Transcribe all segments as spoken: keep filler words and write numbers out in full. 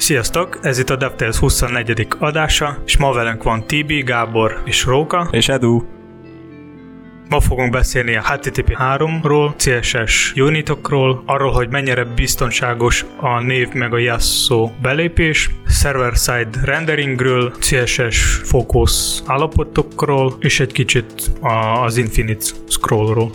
Sziasztok, ez itt a DevTales huszonnegyedik adása, és ma velünk van Tibi, Gábor és Róka. És Edu. Ma fogunk beszélni a há té té pé háromról, cé es es unitokról, arról, hogy mennyire biztonságos a név meg a Yasso belépés, server-side renderingről, cé es es fókusz állapotokról, és egy kicsit az Infinite Scrollról.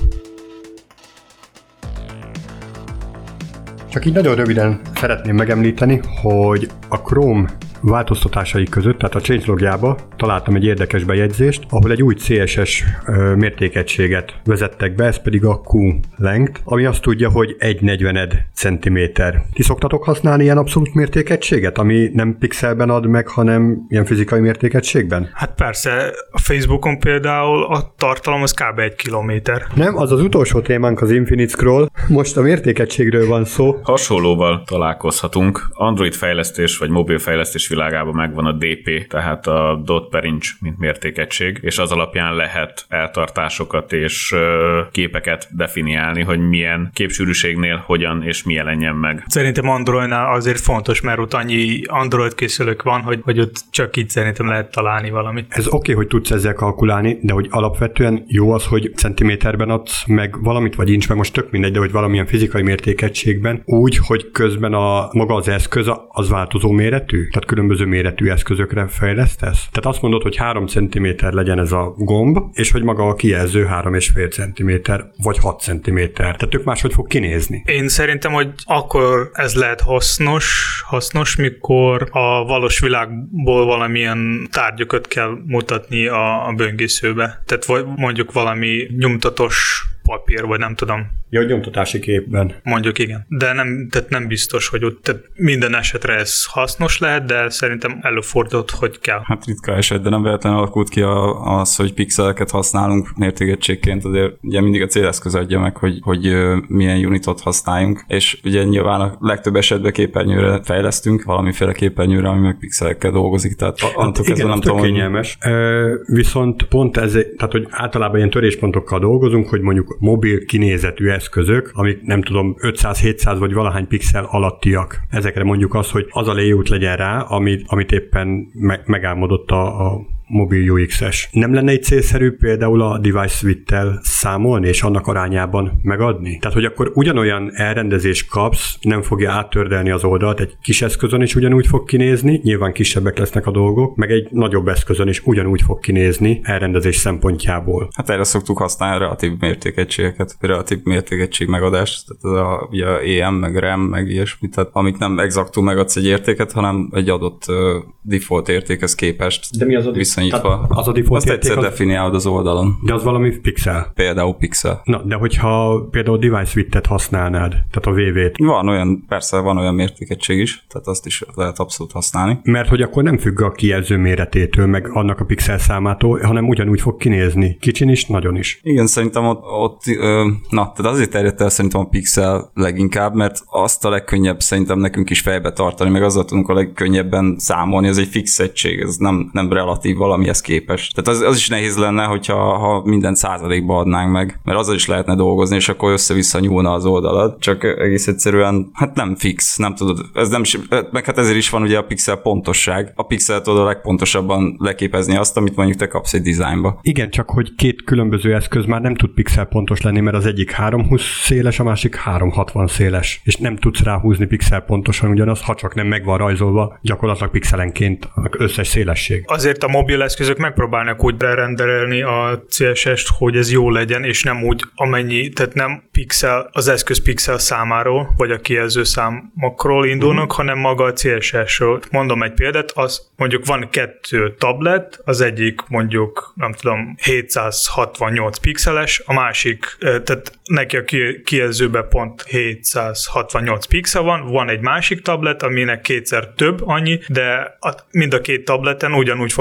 Csak így nagyon röviden szeretném megemlíteni, hogy a Chrome változtatásai között, tehát a changelogjába találtam egy érdekes bejegyzést, ahol egy új cé es es mértékegységet vezettek be, ez pedig a Q-length, ami azt tudja, hogy egy negyvened centiméter. Ti szoktatok használni ilyen abszolút mértékegységet, ami nem pixelben ad meg, hanem ilyen fizikai mértékegységben? Hát persze, a Facebookon például a tartalom az kb. Egy kilométer. Nem, az az utolsó témánk az Infinite Scroll, most a mértékegységről van szó. Hasonlóval találkozhatunk. Android fejlesztés vagy mobil fejlesztés világában megvan a dé pé, tehát a dot per inch, mint mértékegység, és az alapján lehet eltartásokat és uh, képeket definiálni, hogy milyen képsűrűségnél hogyan és mi jelenjen meg. Szerintem Androidnál azért fontos, mert ott annyi Android készülők van, hogy, hogy ott csak így szerintem lehet találni valamit. Ez oké, okay, hogy tudsz ezzel kalkulálni, de hogy alapvetően jó az, hogy centiméterben adsz meg valamit, vagy inch, meg most tök mindegy, de hogy valamilyen fizikai mértékegységben, úgy, hogy közben a maga az eszköz az változó méretű, tehát különböző méretű eszközökre fejlesztesz. Tehát azt mondod, hogy három centiméter legyen ez a gomb, és hogy maga a kijelző három és fél centiméter, vagy hat centiméter. Tehát ők máshogy fog kinézni. Én szerintem, hogy akkor ez lehet hasznos, hasznos, mikor a valós világból valamilyen tárgyakat kell mutatni a, a böngészőbe. Tehát mondjuk valami nyomtatos papír, vagy nem tudom. Ja, nyomtatási képben. Mondjuk igen. De nem, tehát nem biztos, hogy ott tehát minden esetre ez hasznos lehet, de szerintem előfordult, hogy kell. Hát ritka eset, de nem véletlenül alakult ki az, hogy pixeleket használunk mértékegységként, azért ugye mindig a céleszköz adja meg, hogy, hogy milyen unitot használjunk, és ugye nyilván a legtöbb esetben képernyőre fejlesztünk, valamiféle képernyőre, ami meg pixelekkel dolgozik, tehát hát igen, nem tudom, kényelmes. Hogy... Viszont pont ez, tehát hogy általában ilyen töréspontokkal dolgozunk, hogy mondjuk mobil kinézetű eszközök, amik nem tudom ötszáz-hétszáz vagy valahány pixel alattiak. Ezekre mondjuk az, hogy az a layout legyen rá, amit, amit éppen me- megálmodott a, a mobil u iksz-es. Nem lenne egy célszerű például a device width-tel számolni, és annak arányában megadni? Tehát, hogy akkor ugyanolyan elrendezést kapsz, nem fogja áttördelni az oldalt, egy kis eszközön is ugyanúgy fog kinézni, nyilván kisebbek lesznek a dolgok, meg egy nagyobb eszközön is ugyanúgy fog kinézni elrendezés szempontjából. Hát erre szoktuk használni a relatív mértékegységeket, relatív mértékegység megadást, tehát az a, ugye a é em, meg RAM, meg ilyesmi, tehát amik nem exaktul megadsz egy értéket, hanem egy adott uh, default értékhez képest. De mi az a viszonyítva. Az a default azt egyszer az... definiálod az oldalon. De az valami pixel. Például pixel. Na, de hogyha például device width-et használnád, tehát a vé vét. Van olyan, persze van olyan mértékegység is, tehát azt is lehet abszolút használni. Mert hogy akkor nem függ a kijelző méretétől, meg annak a pixel számától, hanem ugyanúgy fog kinézni. Kicsin is, nagyon is. Igen, szerintem ott, ott ö, na, tehát azért terjedt el szerintem a pixel leginkább, mert azt a legkönnyebb szerintem nekünk is fejbe tartani, meg azzal tudunk a legkönnyebben számolni, ez egy fix egység, ez nem, nem relatív valamihez képest. Tehát az, az is nehéz lenne, hogyha ha minden százalékba adnánk meg, mert azzal is lehetne dolgozni, és akkor össze-vissza nyúlna az oldalad. Csak egész egyszerűen, hát nem fix, nem tudod. Ez nem, meg hát ezért is van ugye a pixel pontosság. A pixel tudod a legpontosabban leképezni azt, amit mondjuk te kapsz egy dizájnba. Igen, csak hogy két különböző eszköz már nem tud pixel pontos lenni, mert az egyik háromszázhúsz széles, a másik háromszázhatvan széles. És nem tudsz ráhúzni pixel pontosan ugyanaz, ha csak nem meg van rajzolva gyakorlatilag pixelenként az összes szélesség. Azért a mobil eszközök megpróbálnak úgy renderelni a cé es est, hogy ez jó legyen, és nem úgy amennyi, tehát nem pixel, az eszköz pixel számáról, vagy a kijelző számokról indulnak, mm. hanem maga a cé es es-ről. Mondom egy példát, az mondjuk van kettő tablet, az egyik mondjuk, nem tudom, hétszázhatvannyolc pixeles, a másik, tehát neki a kijelzőben pont hétszázhatvannyolc pixel van, van egy másik tablet, aminek kétszer több annyi, de a, mind a két tableten ugyanúgy fog kinézni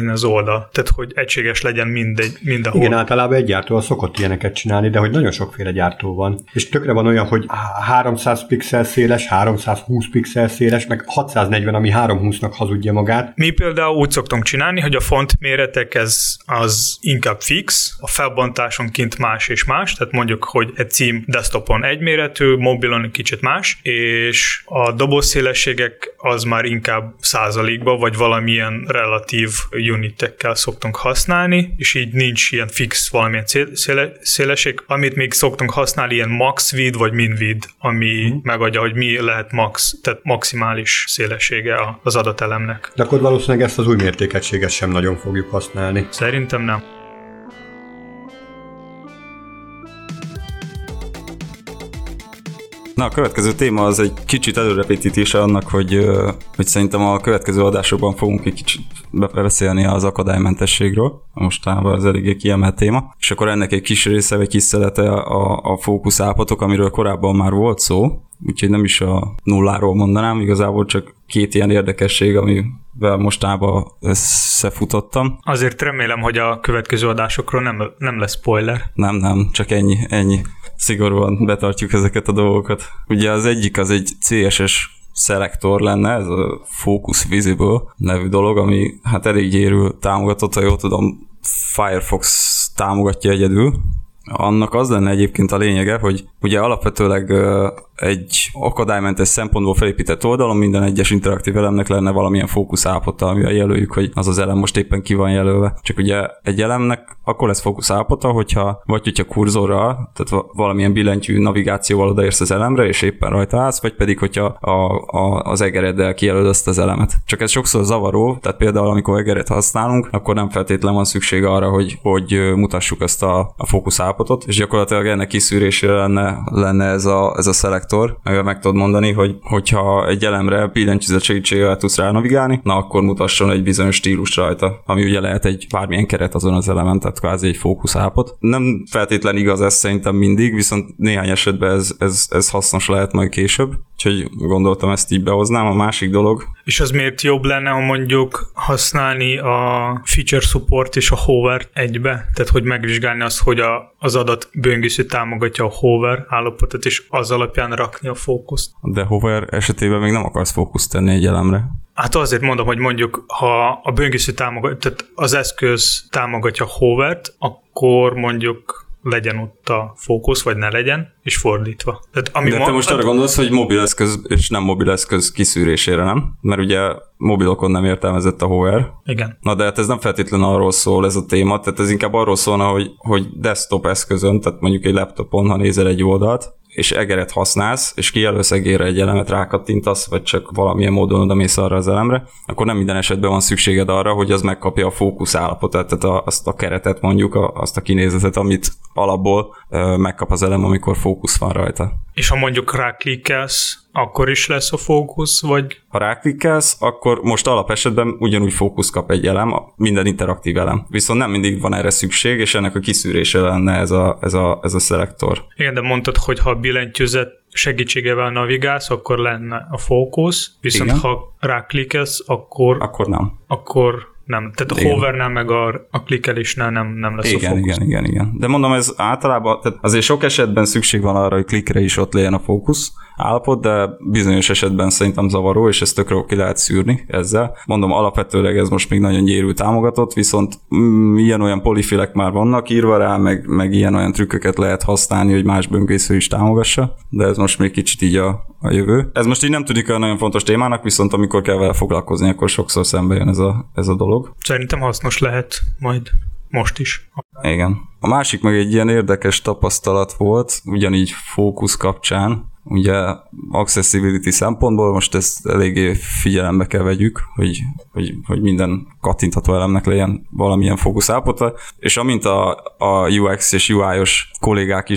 legyen az oldal. Tehát, hogy egységes legyen mindegy, mindenhol. Igen, általában egy gyártó szokott ilyeneket csinálni, de hogy nagyon sokféle gyártó van. És tökre van olyan, hogy háromszáz pixel széles, háromszázhúsz pixel széles, meg hatszáznegyven, ami háromszázhúsznak hazudja magát. Mi például úgy szoktunk csinálni, hogy a font méretek ez az inkább fix, a felbontásonként más és más, tehát mondjuk, hogy egy cím desktopon egy méretű, mobilon egy kicsit más, és a dobozszélességek az már inkább százalékba, vagy valamilyen relatív unitekkel szoktunk használni, és így nincs ilyen fix valamilyen széle, szélesség, amit még szoktunk használni, ilyen max width vagy min width, ami mm. megadja, hogy mi lehet max, tehát maximális szélessége az adatelemnek. De akkor valószínűleg ezt az új mértékegységet sem nagyon fogjuk használni. Szerintem nem. Na, a következő téma az egy kicsit előrepítése annak, hogy, hogy szerintem a következő adásokban fogunk egy kicsit beszélni az akadálymentességről. Mostanában az eléggé kiemelt téma. És akkor ennek egy kis része, vagy kis szelete a, a fókuszállapotok, amiről korábban már volt szó. Úgyhogy nem is a nulláról mondanám, igazából csak két ilyen érdekesség, amivel mostában összefutottam. Azért remélem, hogy a következő adásokról nem, nem lesz spoiler. Nem, nem, csak ennyi, ennyi. Szigorúan betartjuk ezeket a dolgokat. Ugye az egyik az egy cé es es szelektor lenne, ez a Focus Visible nevű dolog, ami hát elég gyérül támogatott, ha jól tudom, Firefox támogatja egyedül. Annak az lenne egyébként a lényege, hogy ugye alapvetőleg egy akadálymentes szempontból felépített oldalon minden egyes interaktív elemnek lenne valamilyen fókuszállapota, amivel jelöljük, hogy az az elem most éppen ki van jelölve. Csak ugye egy elemnek akkor lesz fókuszállapota, hogyha vagy hogyha kurzorral, tehát valamilyen billentyű navigációval odaérsz az elemre, és éppen rajta állsz, vagy pedig hogyha a, a, az egereddel kijelöld azt az elemet. Csak ez sokszor zavaró, tehát például amikor egeret használunk, akkor nem feltétlenül van szükség arra, hogy, hogy mutassuk ezt a, a fókuszállapotot, és gyakorlatilag ennek kiszűrésére lenne, lenne ez a, ez a szelektor, meg, meg tudod mondani, hogy hogyha egy elemre billentyűzet segítségével tudsz ránavigálni, na akkor mutasson egy bizonyos stílus rajta, ami ugye lehet egy bármilyen keret azon az elemen, tehát kvázi egy fókuszállapot. Nem feltétlen igaz ez szerintem mindig, viszont néhány esetben ez, ez, ez hasznos lehet majd később, úgyhogy gondoltam ezt így behoznám. A másik dolog. És az miért jobb lenne, ha mondjuk használni a feature support és a hover egybe? Tehát, hogy megvizsgálni azt, hogy a, az adat böngésző támogatja a hover állapotot, és az alapján rakni a fókuszt. De hover esetében még nem akarsz fókuszt tenni egy elemre. Hát azért mondom, hogy mondjuk, ha a böngésző támogatja, tehát az eszköz támogatja a hovert, akkor mondjuk legyen ott a fókusz, vagy ne legyen, és fordítva. Tehát, ami de te most arra gondolsz, hogy mobileszköz és nem mobileszköz kiszűrésére, nem? Mert ugye mobilokon nem értelmezett a hover. Igen. Na de hát ez nem feltétlenül arról szól ez a téma, tehát ez inkább arról szólna, hogy, hogy desktop eszközön, tehát mondjuk egy laptopon, ha nézel egy oldalt, és egeret használsz, és kijelölsz egérre egy elemet, rákattintasz, vagy csak valamilyen módon odamész arra az elemre, akkor nem minden esetben van szükséged arra, hogy az megkapja a fókusz állapotát, tehát a, azt a keretet mondjuk, a, azt a kinézetet, amit alapból ö, megkap az elem, amikor fókusz van rajta. És ha mondjuk ráklikkelsz, akkor is lesz a fókusz, vagy? Ha ráklikkelsz, akkor most alapesetben ugyanúgy fókusz kap egy elem, minden interaktív elem. Viszont nem mindig van erre szükség, és ennek a kiszűrése lenne ez a, ez a, ez a szelektor. Igen, de mondtad, hogy ha a billentyűzet segítségével navigálsz, akkor lenne a fókusz, viszont igen. Ha ráklikkelsz, akkor... Akkor nem. Akkor... Nem, tehát a hovernál meg a, a klikkelésnál nem, nem lesz igen, a fókusz. Igen, igen, igen. De mondom, ez általában, tehát azért sok esetben szükség van arra, hogy klikre is ott legyen a fókusz állapot, de bizonyos esetben szerintem zavaró, és ezt tökre ki lehet szűrni ezzel. Mondom, alapvetőleg ez most még nagyon gyérül támogatott, viszont mm, ilyen-olyan polifilek már vannak írva rá, meg, meg ilyen-olyan trükköket lehet használni, hogy más böngésző is támogassa, de ez most még kicsit így a, a jövő. Ez most így nem tűnik olyan nagyon fontos témának, viszont amikor kell vele foglalkozni, akkor sokszor szembe jön ez a, ez a dolog. Szerintem hasznos lehet majd most is. Igen. A másik meg egy ilyen érdekes tapasztalat volt, ugyanígy fókusz kapcsán, ugye accessibility szempontból most ezt eléggé figyelembe kell vegyük, hogy, hogy, hogy minden kattintható elemnek legyen valamilyen fókuszállapota, és amint a, a u iksz és u i-os kollégák is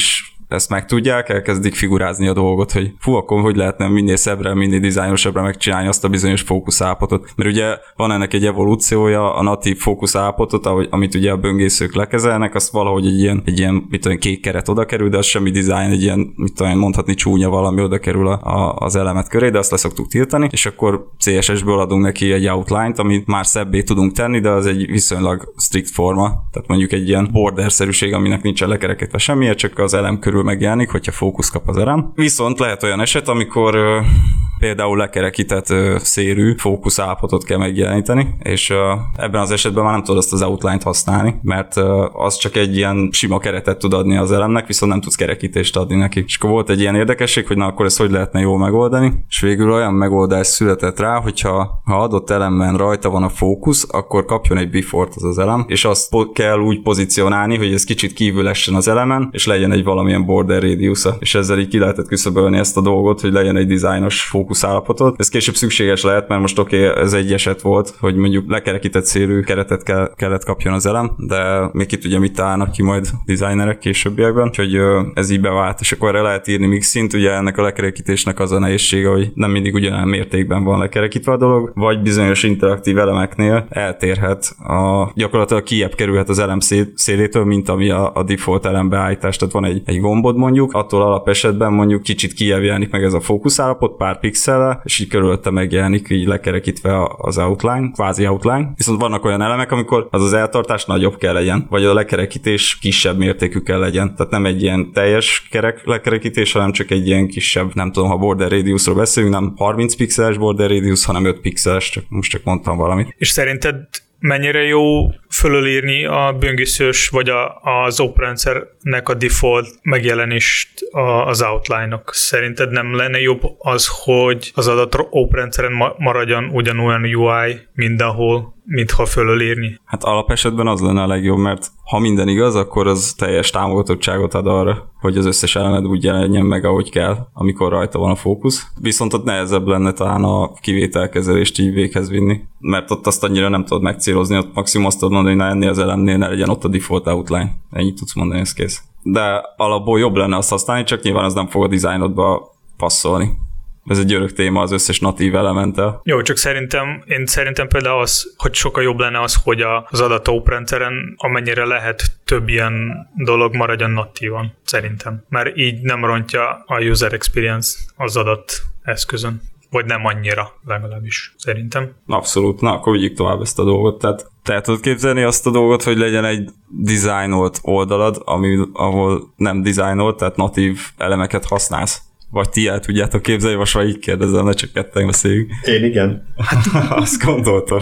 ezt megtudják, elkezdik figurázni a dolgot, hogy fú, akkor hogy lehetne minél szebbre, minél dizájnosabbra megcsinálni azt a bizonyos fókuszállapotot. Mert ugye van ennek egy evolúciója, a natív fókuszállapotot, ahogy, amit ugye a böngészők lekezelnek, azt valahogy egy ilyen, egy ilyen mit tudom, kék keret oda kerül, de az semmi dizájn, egy ilyen, mit tudom, mondhatni csúnya valami oda kerül a, a, az elemet köré, de azt leszoktuk tiltani, és akkor cé es es-ből adunk neki egy outline-t, amit már szebbé tudunk tenni, de az egy viszonylag strict forma, tehát mondjuk egy ilyen border-szerűség, aminek nincsen lekerekítve semmiért, csak az elem körül megjelenik, hogyha fókusz kap az elem. Viszont lehet olyan eset, amikor ö, például lekerekített ö, szélű fókuszállapotot kell megjeleníteni, és ö, ebben az esetben már nem tudod azt az outline-t használni, mert ö, az csak egy ilyen sima keretet tud adni az elemnek, viszont nem tudsz kerekítést adni neki. És akkor volt egy ilyen érdekesség, hogy na akkor ezt hogy lehetne jól megoldani, és végül olyan megoldás született rá, hogyha ha adott elemben rajta van a fókusz, akkor kapjon egy before-t az az elem, és azt po- kell úgy pozícionálni, hogy ez kicsit kívül essen az elemen, és legyen egy valamilyen border radiusa. És ezzel így ki lehetett küszöbölni ezt a dolgot, hogy legyen egy dizájnos fókuszállapotot. Ez később szükséges lehet, mert most oké, okay, ez egy eset volt, hogy mondjuk lekerekített szélű keretet kell, kellett kapjon az elem, de még itt ugye mit találnak ki majd designerek későbbiekben, úgyhogy ez így bevált, és akkor erre lehet írni mixint, ugye ennek a lekerekítésnek az a nehézsége, hogy nem mindig ugyanolyan mértékben van lekerekítve a dolog, vagy bizonyos interaktív elemeknél eltérhet, a, gyakorlatilag kijebb kerülhet az elem szél, szélétől, mint ami a, a default elembeállítás, tehát van egy, egy gombod mondjuk, attól alapesetben mondjuk kicsit kijebb jelenik meg ez a fókuszállapot pár pixellel, és így körülötte megjelenik, így lekerekítve az outline, kvázi outline. Viszont vannak olyan elemek, amikor az az eltartás nagyobb kell legyen, vagy a lekerekítés kisebb mértékű kell legyen. Tehát nem egy ilyen teljes kerek lekerekítés, hanem csak egy ilyen kisebb, nem tudom, ha border radiusról beszélünk, nem harminc pixeles border radius, hanem öt pixeles, csak most csak mondtam valamit. És szerinted mennyire jó fölülírni a böngészős vagy a, az operendszernek a default megjelenést az outline-ok? Szerinted nem lenne jobb az, hogy az adat operendszeren maradjon ugyanolyan u i mindenhol, mintha fölülírni? Hát alapesetben az lenne a legjobb, mert ha minden igaz, akkor az teljes támogatottságot ad arra, hogy az összes elemed úgy jelenjen meg, ahogy kell, amikor rajta van a fókusz. Viszont ott nehezebb lenne talán a kivételkezelést így véghez vinni, mert ott azt annyira nem tudod megcélozni, ott maximum azt tudod mondani, hogy na ennél az elemnél ne legyen ott a default outline. Ennyit tudsz mondani, ez kész. De alapból jobb lenne azt használni, csak nyilván az nem fog a dizájnodba passzolni. Ez egy örök téma az összes natív elementtel. Jó, csak szerintem, én szerintem például az, hogy sokkal jobb lenne az, hogy az adat operendszeren amennyire lehet több ilyen dolog maradjon natívan, szerintem. Mert így nem rontja a user experience az adat eszközön. Vagy nem annyira, legalábbis, szerintem. Abszolút, na akkor vigyük tovább ezt a dolgot. Tehát te tudod képzelni azt a dolgot, hogy legyen egy dizájnolt oldalad, ami, ahol nem dizájnolt, tehát natív elemeket használsz. Vagy ti el tudjátok képzelni, most már így kérdezem, ne csak ketten beszéljünk. Én igen. Azt gondoltam.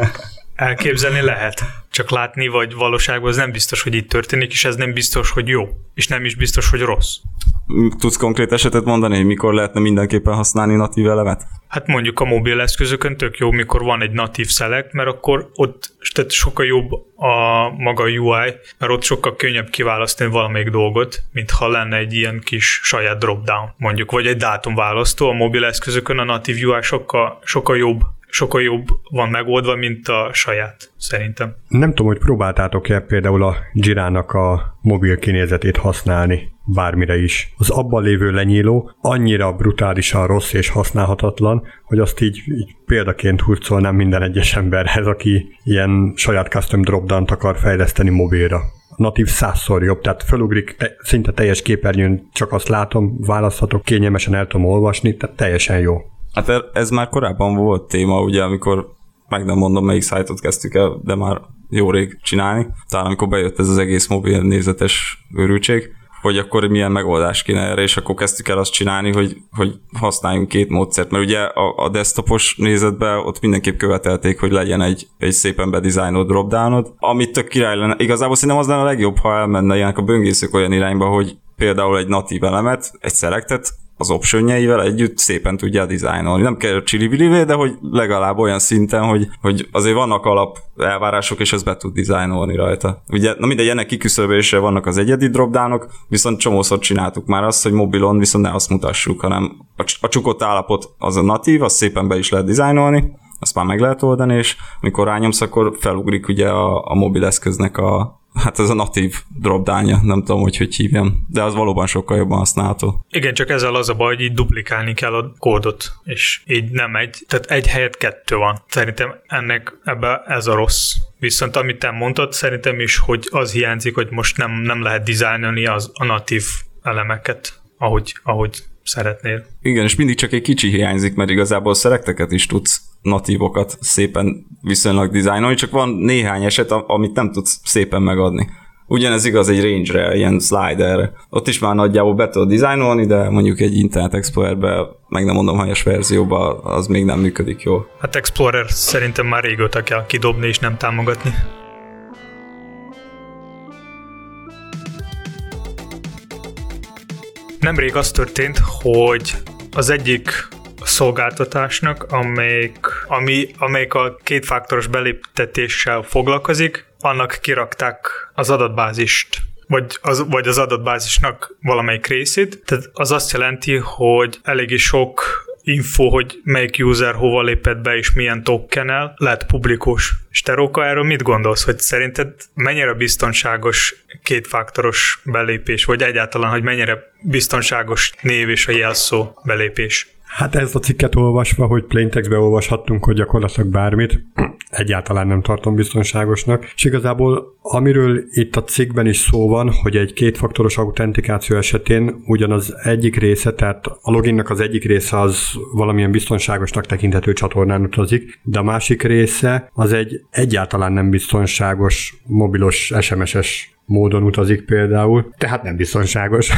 Elképzelni lehet, csak látni vagy valóságban az nem biztos, hogy így történik, és ez nem biztos, hogy jó, és nem is biztos, hogy rossz. Tudsz konkrét esetet mondani, hogy mikor lehetne mindenképpen használni natív elemet? Hát mondjuk a mobil eszközökön tök jó, mikor van egy natív select, mert akkor ott tehát sokkal jobb a maga u i, mert ott sokkal könnyebb kiválasztani valamelyik dolgot, mint ha lenne egy ilyen kis saját drop-down, mondjuk, vagy egy dátumválasztó. A mobil eszközökön a natív u i sokkal, sokkal jobb sokkal jobb van megoldva, mint a saját, szerintem. Nem tudom, hogy próbáltátok-e például a Jirának a mobil kinézetét használni bármire is. Az abban lévő lenyíló annyira brutálisan rossz és használhatatlan, hogy azt így, így példaként hurcolnám minden egyes emberhez, aki ilyen saját custom dropdown-t akar fejleszteni mobilra. Natív százszor jobb, tehát felugrik szinte teljes képernyőn, csak azt látom, választhatok, kényelmesen el tudom olvasni, tehát teljesen jó. Hát ez már korábban volt téma, ugye, amikor meg nem mondom, melyik szájtot kezdtük el, de már jó rég csinálni. Talán amikor bejött ez az egész mobil nézetes őrültség, hogy akkor milyen megoldás kéne erre, és akkor kezdtük el azt csinálni, hogy, hogy használjunk két módszert, mert ugye a, a desktopos nézetben ott mindenképp követelték, hogy legyen egy, egy szépen bedizájnolt dropdownod, amit tök király lenne. Igazából szerintem az lenne a legjobb, ha elmenne ilyenek a böngészők olyan irányba, hogy például egy natív elemet, egy selectet, az optionjeivel együtt szépen tudja dizájnolni. Nem kell csili-bilivé, de hogy legalább olyan szinten, hogy, hogy azért vannak alap elvárások, és ezt be tud dizájnolni rajta. Ugye, na mindegy, ennek kiküszöbölésre vannak az egyedi dropdownok, viszont csomószor csináltuk már azt, hogy mobilon viszont ne azt mutassuk, hanem a, a csukott állapot az a natív, azt szépen be is lehet dizájnolni, azt már meg lehet oldani, és amikor rányomsz, akkor felugrik ugye a, a mobil eszköznek a hát ez a natív dropdownja, nem tudom, hogy hogy hívjam, de az valóban sokkal jobban használható. Igen, csak ezzel az a baj, hogy így duplikálni kell a kódot, és így nem egy, tehát egy helyett kettő van. Szerintem ennek ebbe ez a rossz. Viszont amit te mondtad, szerintem is, hogy az hiányzik, hogy most nem, nem lehet dizájnolni az, a natív elemeket, ahogy, ahogy szeretnél. Igen, és mindig csak egy kicsi hiányzik, mert igazából selecteket is tudsz natívokat szépen viszonylag dizájnolni, csak van néhány eset, amit nem tudsz szépen megadni. Ugyanez igaz egy range-re, ilyen sliderre. Ott is már nagyjából be tudod dizájnolni, de mondjuk egy Internet Explorer-ben, meg nem mondom helyes verzióban, az még nem működik jól. Hát Explorer szerintem már régóta kell kidobni és nem támogatni. Nemrég az történt, hogy az egyik szolgáltatásnak, amelyik, ami, amelyik a kétfaktoros beléptetéssel foglalkozik, annak kirakták az adatbázist, vagy az, vagy az adatbázisnak valamelyik részét. Tehát az azt jelenti, hogy eléggé sok info, hogy melyik user hova lépett be és milyen tokennel lehet publikus. És te, Róka, erről mit gondolsz, hogy szerinted mennyire biztonságos kétfaktoros belépés, vagy egyáltalán, hogy mennyire biztonságos név és a jelszó belépés? Hát ezt a cikket olvasva, hogy plaintext-be olvashattunk, hogy gyakorlatilag bármit, egyáltalán nem tartom biztonságosnak. És igazából amiről itt a cikkben is szó van, hogy egy kétfaktoros autentikáció esetén ugyanaz egyik része, tehát a loginnak az egyik része az valamilyen biztonságosnak tekinthető csatornán utazik, de a másik része az egy egyáltalán nem biztonságos mobilos es em es-es módon utazik például, tehát nem biztonságos.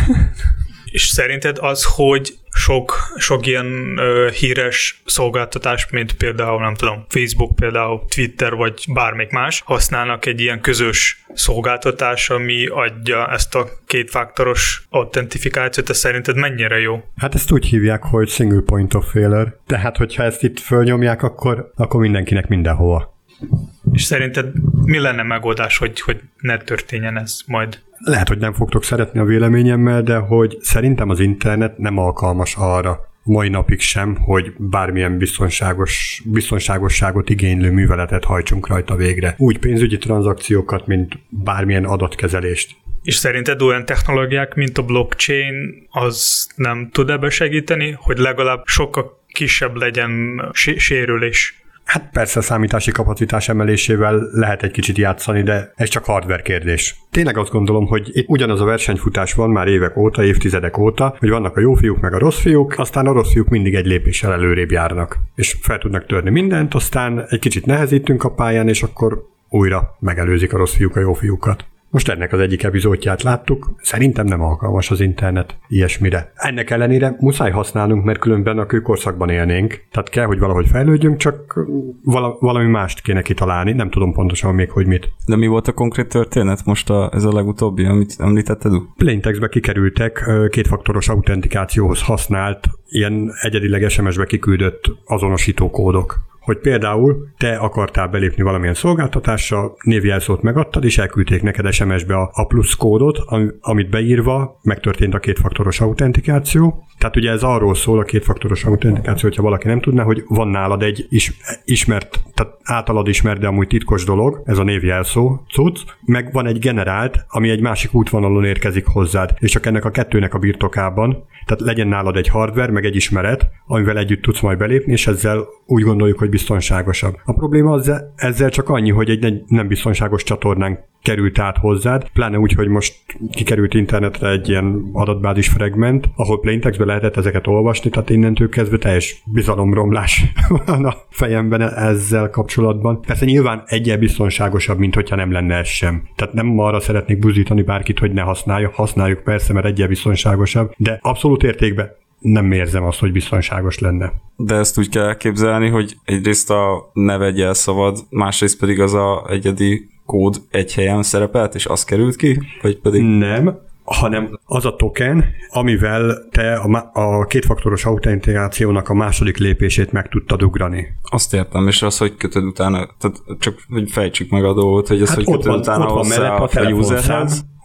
És szerinted az, hogy sok, sok ilyen ö, híres szolgáltatás, mint például, nem tudom, Facebook, például Twitter, vagy bármelyik más, használnak egy ilyen közös szolgáltatás, ami adja ezt a kétfaktoros autentifikációt, ez szerinted mennyire jó? Hát ezt úgy hívják, hogy single point of failure. Tehát, hogyha ezt itt fölnyomják, akkor, akkor mindenkinek mindenhova. És szerinted mi lenne megoldás, hogy, hogy ne történjen ez majd? Lehet, hogy nem fogtok szeretni a véleményemmel, de hogy szerintem az internet nem alkalmas arra, mai napig sem, hogy bármilyen biztonságos, biztonságosságot igénylő műveletet hajtsunk rajta végre. Úgy pénzügyi tranzakciókat, mint bármilyen adatkezelést. És szerinted olyan technológiák, mint a blockchain, az nem tud ebbe segíteni, hogy legalább sokkal kisebb legyen sérülés? Hát persze a számítási kapacitás emelésével lehet egy kicsit játszani, de ez csak hardware kérdés. Tényleg azt gondolom, hogy itt ugyanaz a versenyfutás van már évek óta, évtizedek óta, hogy vannak a jó fiúk meg a rossz fiúk, aztán a rossz fiúk mindig egy lépéssel előrébb járnak, és fel tudnak törni mindent, aztán egy kicsit nehezítünk a pályán, és akkor újra megelőzik a rossz fiúk a jó fiúkat. Most ennek az egyik epizódját láttuk, szerintem nem alkalmas az internet ilyesmire. Ennek ellenére muszáj használnunk, mert különben a kőkorszakban élnénk, tehát kell, hogy valahogy fejlődjünk, csak vala, valami mást kéne kitalálni, nem tudom pontosan még, hogy mit. De mi volt a konkrét történet most a, ez a legutóbbi, amit említetted? Plaintextbe kikerültek kétfaktoros autentikációhoz használt, ilyen egyedileg es em es-be kiküldött azonosító kódok. Hogy például te akartál belépni valamilyen szolgáltatásra, névjelszót megadtad, és elküldték neked es em es-be a, a plusz kódot, amit beírva megtörtént a kétfaktoros autentikáció. Tehát ugye ez arról szól, a kétfaktoros autentikáció, hogyha valaki nem tudná, hogy van nálad egy is, ismert, tehát általad ismert, de amúgy titkos dolog, ez a névjelszó cucc, meg van egy generált, ami egy másik útvonalon érkezik hozzád, és csak ennek a kettőnek a birtokában, tehát legyen nálad egy hardware, meg egy ismeret, amivel együtt tudsz majd belépni, és ezzel úgy gondoljuk, hogy biztonságosabb. A probléma az ezzel csak annyi, hogy egy nem biztonságos csatornán került át hozzád, pláne úgy, hogy most kikerült internetre egy ilyen adatbázis fragment, ahol plaintextbe lehetett ezeket olvasni, tehát innentől kezdve teljes bizalomromlás van a fejemben ezzel kapcsolatban. Persze nyilván egyen biztonságosabb, mint hogyha nem lenne ez sem. Tehát nem arra szeretnék buzítani bárkit, hogy ne használja, használjuk persze, mert egyen biztonságosabb, de abszolút értékben nem érzem azt, hogy biztonságos lenne. De ezt úgy kell elképzelni, hogy egyrészt a neved jelszavad, másrészt pedig az a egyedi kód egy helyen szerepelt, és az került ki? Vagy pedig... Nem, hanem az a token, amivel te a, a kétfaktoros autentikációnak a második lépését meg tudtad ugrani. Azt értem, és az, hogy kötöd utána, tehát csak hogy fejtsük meg a dolgot, hogy az, hát hogy kötöd van, utána hozzá a, a, a userhez.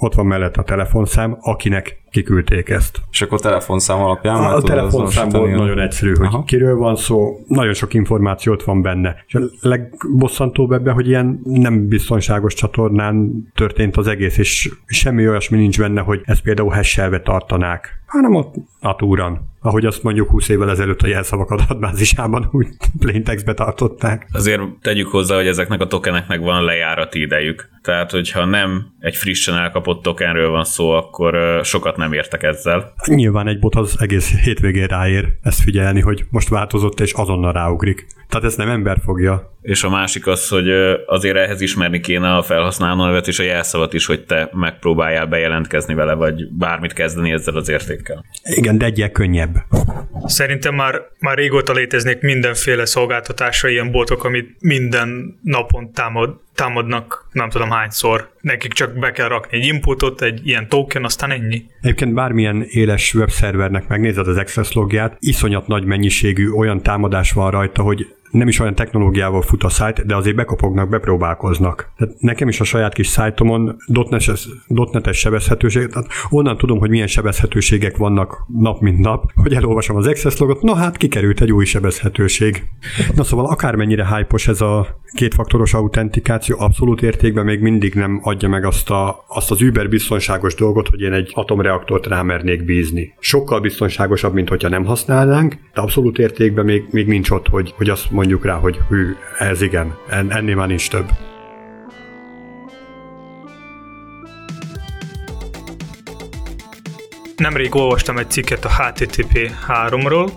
ott van mellett a telefonszám, akinek kiküldték ezt. És akkor telefonszám alapján? A, a telefonszámból nagyon egyszerű, hogy Aha. kiről van szó, nagyon sok információt van benne. És a legbosszantóbb ebben, hogy ilyen nem biztonságos csatornán történt az egész, és semmi olyasmi nincs benne, hogy ezt például hashelve tartanák, hanem ott natúran. Ahogy azt mondjuk húsz évvel ezelőtt a jelszavak adatbázisában úgy plaintextbe tartották. Azért tegyük hozzá, hogy ezeknek a tokeneknek van lejárati idejük. Tehát, hogyha nem egy frissen elkapott tokenről van szó, akkor sokat nem értek ezzel. Nyilván egy bot az egész hétvégén ráér ezt figyelni, hogy most változott és azonnal ráugrik. Tehát ezt nem ember fogja. És a másik az, hogy azért ehhez ismerni kéne a felhasználó nevet és a jelszavat is, hogy te megpróbáljál bejelentkezni vele, vagy bármit kezdeni ezzel az értékkel. Igen, de egyel könnyebb. Szerintem már, már régóta léteznék mindenféle szolgáltatásra ilyen botok, amit minden napon támad, támadnak, nem tudom hányszor. Nekik csak be kell rakni egy inputot, egy ilyen token, aztán ennyi. Egyébként bármilyen éles webszervernek megnézed az access logját, iszonyat nagy mennyiségű olyan támadás van rajta, hogy nem is olyan technológiával fut a site, de azért bekapognak, bepróbálkoznak. Tehát nekem is a saját kis szájtomon dotnetes sebezhetőség, tehát onnan tudom, hogy milyen sebezhetőségek vannak nap mint nap, hogy elolvasom az access logot, na hát kikerült egy új sebezhetőség. Na szóval akármennyire hype-os ez a kétfaktoros autentikáció, abszolút értékben még mindig nem adja meg azt, a, azt az über biztonságos dolgot, hogy én egy atomreaktort rámernék bízni. Sokkal biztonságosabb, mint hogyha nem használnánk, de abszolút értékben még, még nincs ott, hogy, hogy azt mondjuk rá, hogy hű, ez igen, en, ennél már nincs több. Nemrég olvastam egy cikket a há té té pé háromról,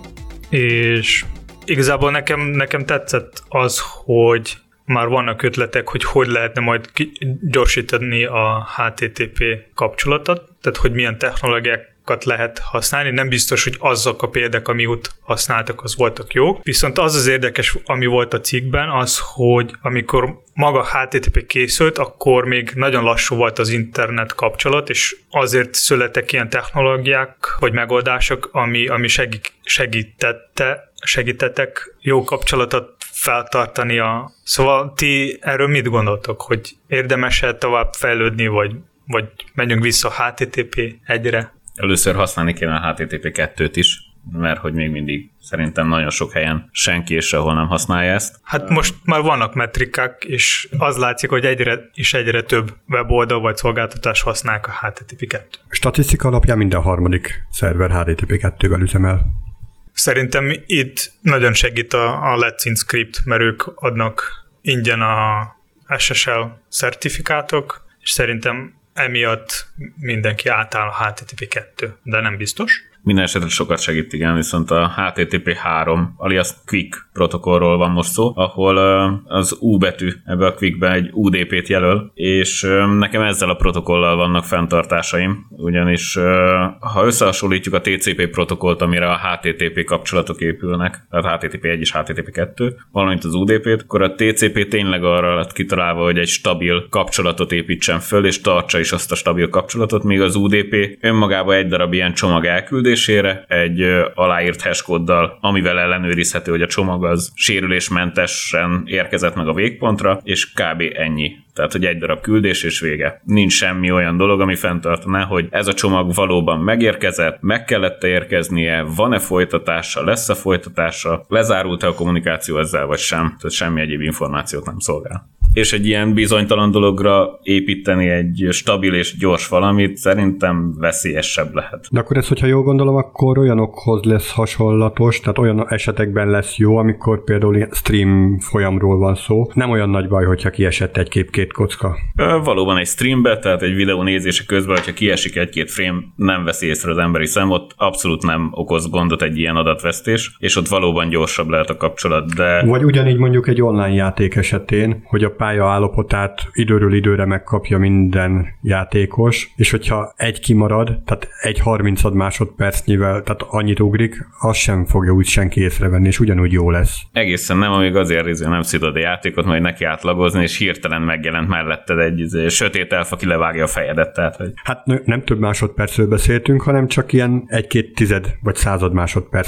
és igazából nekem, nekem tetszett az, hogy már vannak ötletek, hogy hogy lehetne majd gyorsítani a há té té pé kapcsolatot, tehát hogy milyen technológiákat lehet használni. Nem biztos, hogy azok a példák, amit használtak, az voltak jók. Viszont az az érdekes, ami volt a cikkben, az, hogy amikor maga há té té pé készült, akkor még nagyon lassú volt az internet kapcsolat, és azért születtek ilyen technológiák, vagy megoldások, ami, ami segít, segítette, segítettek jó kapcsolatot feltartani. A... Szóval ti erről mit gondoltok, hogy érdemes-e tovább fejlődni, vagy, vagy menjünk vissza a há té té pé egyre? Először használni kéne a há té té pé kettőt is, mert hogy még mindig szerintem nagyon sok helyen senki és sehol nem használja ezt. Hát most már vannak metrikák, és az látszik, hogy egyre és egyre több weboldal vagy szolgáltatás használják a há té té pé kettőt. Statisztika alapján minden harmadik szerver há té té pé kettővel üzemel. Szerintem itt nagyon segít a, a Let's In Script, mert ők adnak ingyen a es es el szertifikátok, és szerintem emiatt mindenki átáll a há té té pé kettő, de nem biztos. Minden esetre sokat segít, igen, viszont a há té té pé három, alias Quick protokollról van most szó, ahol az U betű ebbe a Quickbe egy u dé pét jelöl, és nekem ezzel a protokollal vannak fenntartásaim, ugyanis ha összehasonlítjuk a té cé pé protokollt, amire a há té té pé kapcsolatok épülnek, tehát há té té pé egy és há té té pé kettő, valamint az u dé pét, akkor a té cé pé tényleg arra lett kitalálva, hogy egy stabil kapcsolatot építsen föl, és tartsa is azt a stabil kapcsolatot, míg az u dé pé önmagában egy darab ilyen csomag elküldésére, egy aláírt hashkóddal, amivel ellenőrizhető, hogy a csomag az sérülésmentesen érkezett meg a végpontra, és kb. Ennyi. Tehát, hogy egy darab küldés és vége. Nincs semmi olyan dolog, ami fenntartaná, hogy ez a csomag valóban megérkezett, meg kellett érkeznie, van-e folytatása, lesz-e folytatása, lezárult-e a kommunikáció ezzel, vagy sem. Tehát semmi egyéb információt nem szolgál. És egy ilyen bizonytalan dologra építeni egy stabil és gyors valamit szerintem veszélyesebb lehet. De akkor ez, hogyha jól gondolom, akkor olyanokhoz lesz hasonlatos, tehát olyan esetekben lesz jó, amikor például ilyen stream folyamról van szó. Nem olyan nagy baj, hogyha kiesett egy kép-két kocka. Valóban egy streambe, tehát egy videó nézése közben, hogyha kiesik egy-két frame, nem veszi észre az emberi szem, ott abszolút nem okoz gondot egy ilyen adatvesztés, és ott valóban gyorsabb lehet a kapcsolat, de... Vagy ugyanígy mondjuk egy online játék esetén, hogy a pálya állapotát időről időre megkapja minden játékos, és hogyha egy kimarad, tehát egy harmincad másodpercnyivel, tehát annyit ugrik, az sem fogja úgy senki észrevenni, és ugyanúgy jó lesz. Egészen nem, amíg azért nem szidod a játékot, majd neki átlagozni, és hirtelen megjelent melletted egy sötét elf, aki levágja a fejedet. Tehát, hogy... Hát nem több másodpercről beszéltünk, hanem csak ilyen egy-két tized vagy század másodpercnyi.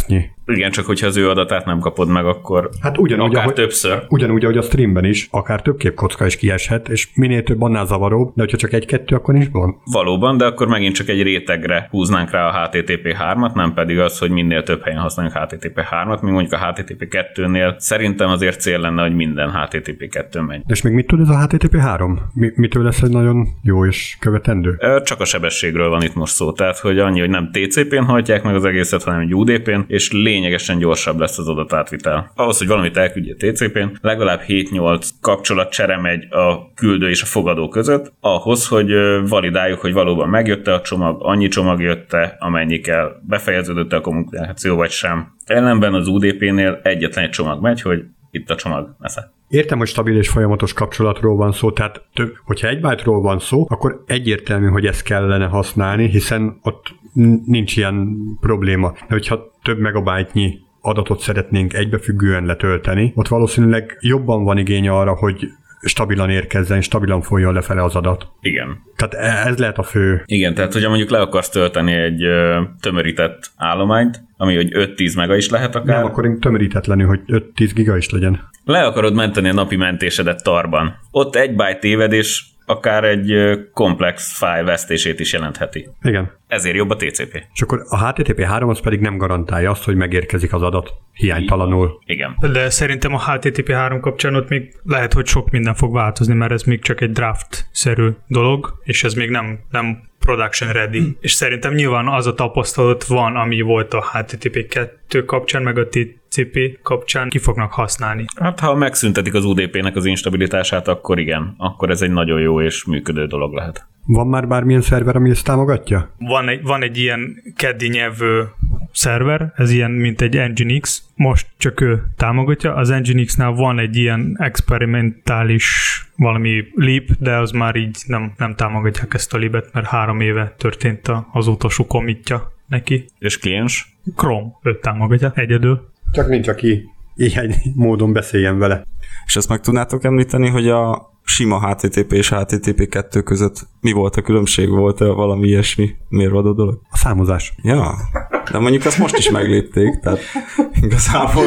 Igen, csak hogyha az ő adatát nem kapod meg, akkor hát ugyanúgy, akár ahogy, többször. Ugyanúgy, ahogy a streamben is, akár több képkocka is kieshet, és minél több, annál zavaróbb, de hogyha csak egy-kettő, akkor nincs gond. Valóban, de akkor megint csak egy rétegre húznánk rá a há té té pé hármat, nem pedig az, hogy minél több helyen használjuk há té té pé hármat, míg mondjuk a há té té pé kettőnél szerintem azért cél lenne, hogy minden há té té pé kettő megy. És még mit tud ez a há té té pé három? Mi, mitől lesz egy nagyon jó és követendő? Csak a sebességről van itt most szó, tehát hogy annyi, hogy nem té cé pén hajtják meg az egészet, hanem yú dé pén, és lényegesen gyorsabb lesz az adatátvitel. Ahhoz, hogy valamit elküldje té cé pén, legalább hét-nyolc kapcsolatcsere megy a küldő és a fogadó között, ahhoz, hogy validáljuk, hogy valóban megjött-e a csomag, annyi csomag jött-e, amennyi kell, befejeződött-e a kommunikáció vagy sem. Ellenben az u dé pénél egyetlen egy csomag megy, hogy itt a csomag, nesze. Értem, hogy stabil és folyamatos kapcsolatról van szó, tehát több, hogyha egy byte-ról van szó, akkor egyértelmű, hogy ezt kellene használni, hiszen ott nincs ilyen probléma. De hogyha több megabájtnyi adatot szeretnénk egybefüggően letölteni, ott valószínűleg jobban van igény arra, hogy stabilan érkezzen, és stabilan folyjon lefele az adat. Igen. Tehát ez lehet a fő. Igen, tehát hogyha mondjuk le akarsz tölteni egy ö, tömörített állományt, ami hogy öt-tíz mega is lehet akár. Nem, akkor tömörítetlenül, hogy öt-tíz giga is legyen. Le akarod menteni a napi mentésedet tarban. Ott egy byte tévedés akár egy komplex file vesztését is jelentheti. Igen. Ezért jobb a té cé pé. És akkor a há té té pé három az pedig nem garantálja azt, hogy megérkezik az adat hiánytalanul. Igen. De szerintem a há té té pé három kapcsán ott még lehet, hogy sok minden fog változni, mert ez még csak egy draft-szerű dolog, és ez még nem, nem production ready. Hmm. És szerintem nyilván az a tapasztalat van, ami volt a há té té pé kettő kapcsán, meg a té cé pé kapcsán ki fognak használni. Hát ha megszüntetik az u dé pének az instabilitását, akkor igen. Akkor ez egy nagyon jó és működő dolog lehet. Van már bármilyen szerver, ami ezt támogatja? Van egy, van egy ilyen keddi nyelvű szerver, ez ilyen, mint egy Nginx, most csak ő támogatja. Az Nginx-nál van egy ilyen experimentális valami lib, de az már így nem, nem támogatják ezt a libet, mert három éve történt az utolsó commitja neki. És kliens? Chrome, őt támogatja egyedül. Csak nincs, aki ilyen módon beszéljen vele. És ezt meg tudnátok említeni, hogy a sima há té té pé és há té té pé kettő között mi volt a különbség? Volt-e valami ilyesmi mérvadó dolog? A számozás. Ja, de mondjuk ezt most is meglépték, tehát igazából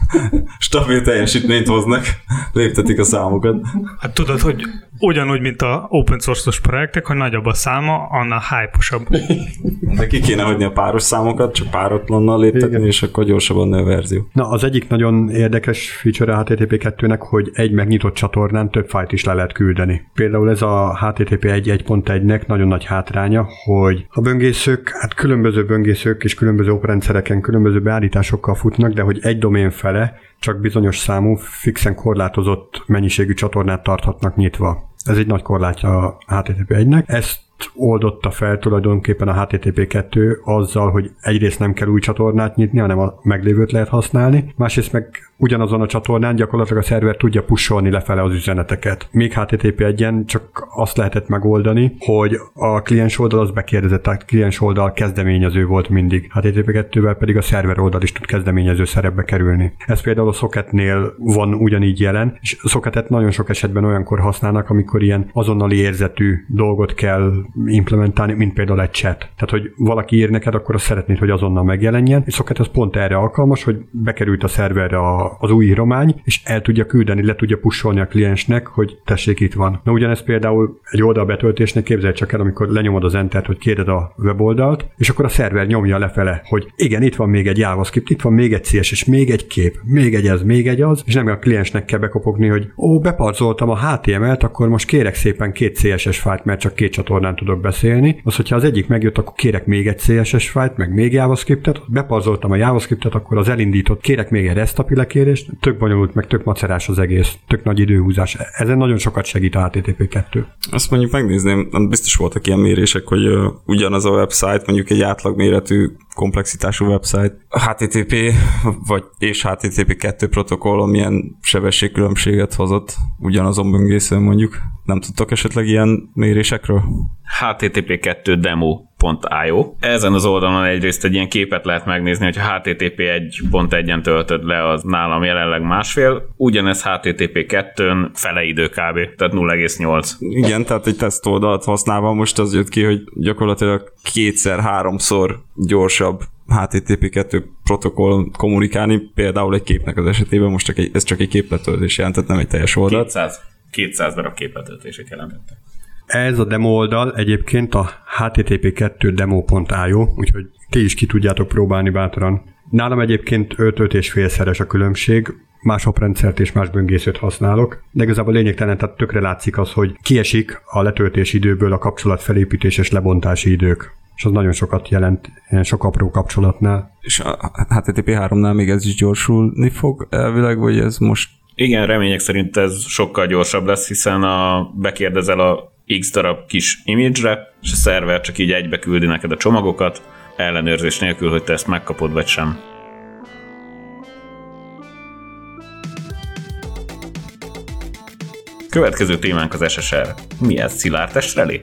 stabil teljesítményt hoznak, léptetik a számokat. Hát tudod, hogy ugyanúgy, mint a open source-os projektek, hogy nagyobb a száma, annál hype-osabb. De ki kéne hagyni a páros számokat, csak párotlannal léptetni, igen, és akkor gyorsabban nő a verzió. Na, az egyik nagyon érdekes feature a há té té pé kettőnek, hogy egy megnyitott csatornán több fájlt is le lehet küldeni. Például ez a há té té pé egy pont egynek nagyon nagy hátránya, hogy a böngészők, hát különböző böngészők és különböző operendszereken különböző beállításokkal futnak, de hogy egy domén fele csak bizonyos számú, fixen korlátozott mennyiségű csatornát tarthatnak nyitva. Ez egy nagy korlátja a há té té pé egynek. Ezt oldotta fel tulajdonképpen a há té té pé kettő azzal, hogy egyrészt nem kell új csatornát nyitni, hanem a meglévőt lehet használni, másrészt meg ugyanazon a csatornán gyakorlatilag a szerver tudja pusolni lefele az üzeneteket. Még há té té pé egyen csak azt lehetett megoldani, hogy a kliens oldal az bekérdezett, tehát kliens oldal kezdeményező volt mindig. há té té pé kettővel pedig a szerver oldal is tud kezdeményező szerepbe kerülni. Ez például a Socketnél van ugyanígy jelen, és a Socketet nagyon sok esetben olyankor használnak, amikor ilyen azonnali érzetű dolgot kell implementálni, mint például egy chat. Tehát, hogy valaki ír neked, akkor azt szeretnéd, hogy azonnal megjelenjen, és Socket az pont erre alkalmas, hogy bekerült a szerverre a, az új íromány, és el tudja küldeni, le tudja pusolni a kliensnek, hogy tessék, itt van. Na ugyanez például egy oldal betöltésnek képzelj csak el, amikor lenyomod az Entert, hogy kéred a weboldalt, és akkor a szerver nyomja lefele, hogy igen, itt van még egy JavaScript, itt van még egy cé es es, még egy kép, még egy ez, még egy az, és nem a kliensnek kell bekopogni, hogy ó, beparzoltam a há té em el-t, akkor most kérek szépen két cé es es fájlt, mert csak két csatornán tudok beszélni. Az, hogyha az egyik megjött, akkor kérek még egy cé es es fájlt, meg még JavaScriptet, beparzoltam a JavaScriptet, akkor az elindított, kérek még egy REST API lekérést, tök bonyolult, meg tök macerás az egész, tök nagy időhúzás. Ezen nagyon sokat segít a há té té pé kettő. Azt mondjuk megnézném, biztos voltak ilyen mérések, hogy uh, ugyanaz a website, mondjuk egy átlagméretű komplexitású website, a há té té pé vagy és há té té pé kettő protokoll milyen sebességkülönbséget hozott ugyanazon böngészőn mondjuk. Nem tudtok esetleg ilyen mérésekről? há té té pé kettő demo pont i o. Ezen az oldalon egyrészt egy ilyen képet lehet megnézni, hogy há té té pé egy pont egyen töltöd le, az nálam jelenleg másfél, ugyanez há té té pé kettőn fele idő kb. Tehát nulla egész nyolc. Igen, tehát egy teszt oldalt használva most az jött ki, hogy gyakorlatilag kétszer-háromszor gyorsabb há té té pé kettő protokoll kommunikálni, például egy képnek az esetében, most csak egy, ez csak egy képletöltés jelentett, nem egy teljes oldal. kétszáz, kétszáz darab képletöltését jelentette. Ez a demo oldal egyébként a há té té pé kettő demo pont i o, úgyhogy ti is ki tudjátok próbálni bátran. Nálam egyébként öt-öt és félszeres a különbség, más oprendszert és más böngészőt használok, de igazából lényegtelen, tehát tökre látszik az, hogy kiesik a letöltési időből a kapcsolat felépítés és lebontási idők. És az nagyon sokat jelent, ilyen sok apró kapcsolatnál. És a há té té pé háromnál még ez is gyorsulni fog elvileg, vagy ez most... Igen, remények szerint ez sokkal gyorsabb lesz, hiszen a, bekérdezel a X darab kis image-re, és a szerver csak így egybe küldi neked a csomagokat, ellenőrzés nélkül, hogy te ezt megkapod vagy sem. Következő témánk az es es er. Mi ez, szilárd testrelé?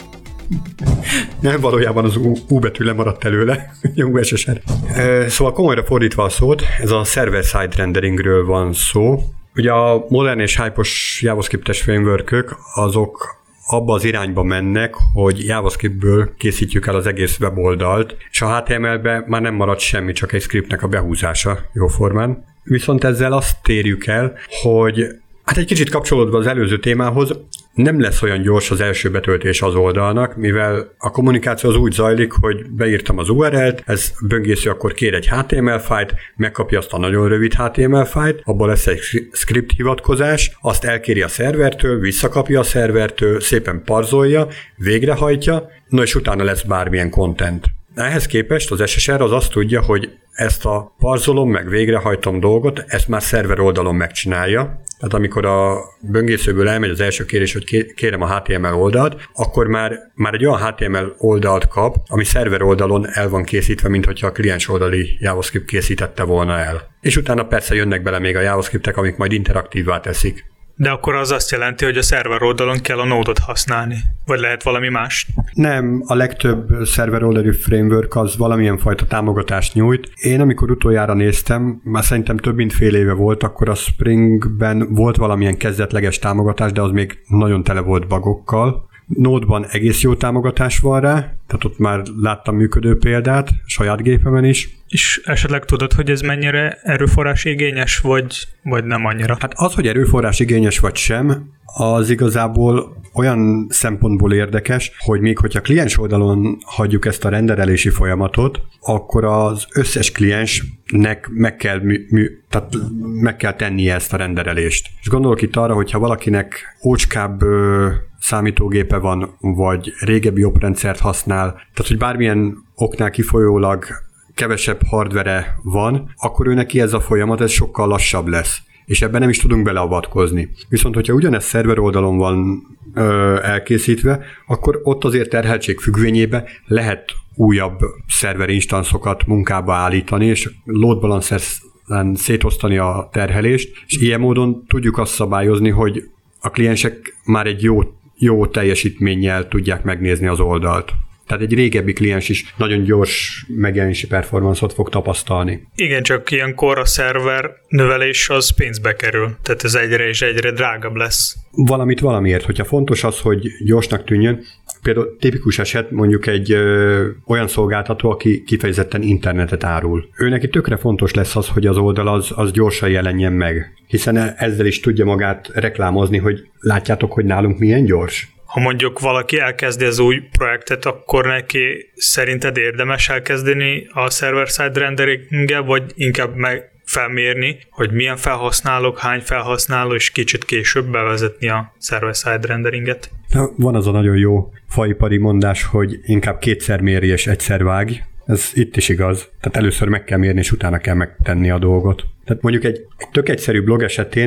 Nem, valójában az U, U betű lemaradt előle, jó es es er. Szóval komolyra fordítva a szót, ez a server-side renderingről van szó. Ugye a modern és hype-os JavaScript-es framework-ök azok abba az irányba mennek, hogy JavaScriptből készítjük el az egész weboldalt, és a há té em el-be már nem marad semmi, csak egy scriptnek a behúzása jóformán. Viszont ezzel azt érjük el, hogy hát egy kicsit kapcsolódva az előző témához, nem lesz olyan gyors az első betöltés az oldalnak, mivel a kommunikáció az úgy zajlik, hogy beírtam az u er el-t, ez böngésző akkor kér egy há té em el fájlt, megkapja azt a nagyon rövid há té em el fájlt, abból lesz egy script hivatkozás, azt elkéri a szervertől, visszakapja a szervertől, szépen parzolja, végrehajtja, no és utána lesz bármilyen content. Ehhez képest az es es er az azt tudja, hogy ezt a parzolom meg végrehajtom dolgot, ezt már szerver oldalon megcsinálja. Tehát amikor a böngészőből elmegy az első kérés, hogy kérem a há té em el oldalt, akkor már, már egy olyan há té em el oldalt kap, ami szerver oldalon el van készítve, mint hogyha a kliens oldali JavaScript készítette volna el. És utána persze jönnek bele még a JavaScriptek, amik majd interaktívvá teszik. De akkor az azt jelenti, hogy a szerver oldalon kell a Node-ot használni? Vagy lehet valami más? Nem, a legtöbb szerver oldalú framework az valamilyen fajta támogatást nyújt. Én amikor utoljára néztem, már szerintem több mint fél éve volt, akkor a Springben volt valamilyen kezdetleges támogatás, de az még nagyon tele volt bugokkal. Node-ban egész jó támogatás van rá, tehát ott már láttam működő példát, saját gépemen is. És esetleg tudod, hogy ez mennyire erőforrás igényes, vagy, vagy nem annyira? Hát az, hogy erőforrás igényes vagy sem, az igazából olyan szempontból érdekes, hogy még hogyha kliens oldalon hagyjuk ezt a renderelési folyamatot, akkor az összes kliensnek meg kell, mű, mű, tehát meg kell tennie ezt a renderelést. És gondolok itt arra, hogyha valakinek ócskább ö, számítógépe van, vagy régebbi oprendszert használ, tehát hogy bármilyen oknál kifolyólag kevesebb hardvere van, akkor ő neki ez a folyamat ez sokkal lassabb lesz. És ebben nem is tudunk beleavatkozni. Viszont, hogyha ugyanez szerver oldalon van ö, elkészítve, akkor ott azért terheltség függvényébe lehet újabb szerver instanszokat munkába állítani, és load balancer-en szétosztani a terhelést, és ilyen módon tudjuk azt szabályozni, hogy a kliensek már egy jó, jó teljesítménnyel tudják megnézni az oldalt. Tehát egy régebbi kliens is nagyon gyors megjelenési performance-ot fog tapasztalni. Igen, csak ilyenkor a szerver növelés az pénzbe kerül, tehát ez egyre és egyre drágább lesz. Valamit valamiért, hogyha fontos az, hogy gyorsnak tűnjön, például tipikus eset mondjuk egy ö, olyan szolgáltató, aki kifejezetten internetet árul. Ő neki tökre fontos lesz az, hogy az oldal az, az gyorsan jelenjen meg, hiszen ezzel is tudja magát reklámozni, hogy látjátok, hogy nálunk milyen gyors. Ha mondjuk valaki elkezdi az új projektet, akkor neki szerinted érdemes elkezdeni a server-side renderinggel, vagy inkább meg felmérni, hogy milyen felhasználók, hány felhasználó, és kicsit később bevezetni a server-side renderinget? Van az a nagyon jó faipari mondás, hogy inkább kétszer méri és egyszer vág. Ez itt is igaz. Tehát először meg kell mérni, és utána kell megtenni a dolgot. Tehát mondjuk egy, egy tök egyszerű blog esetén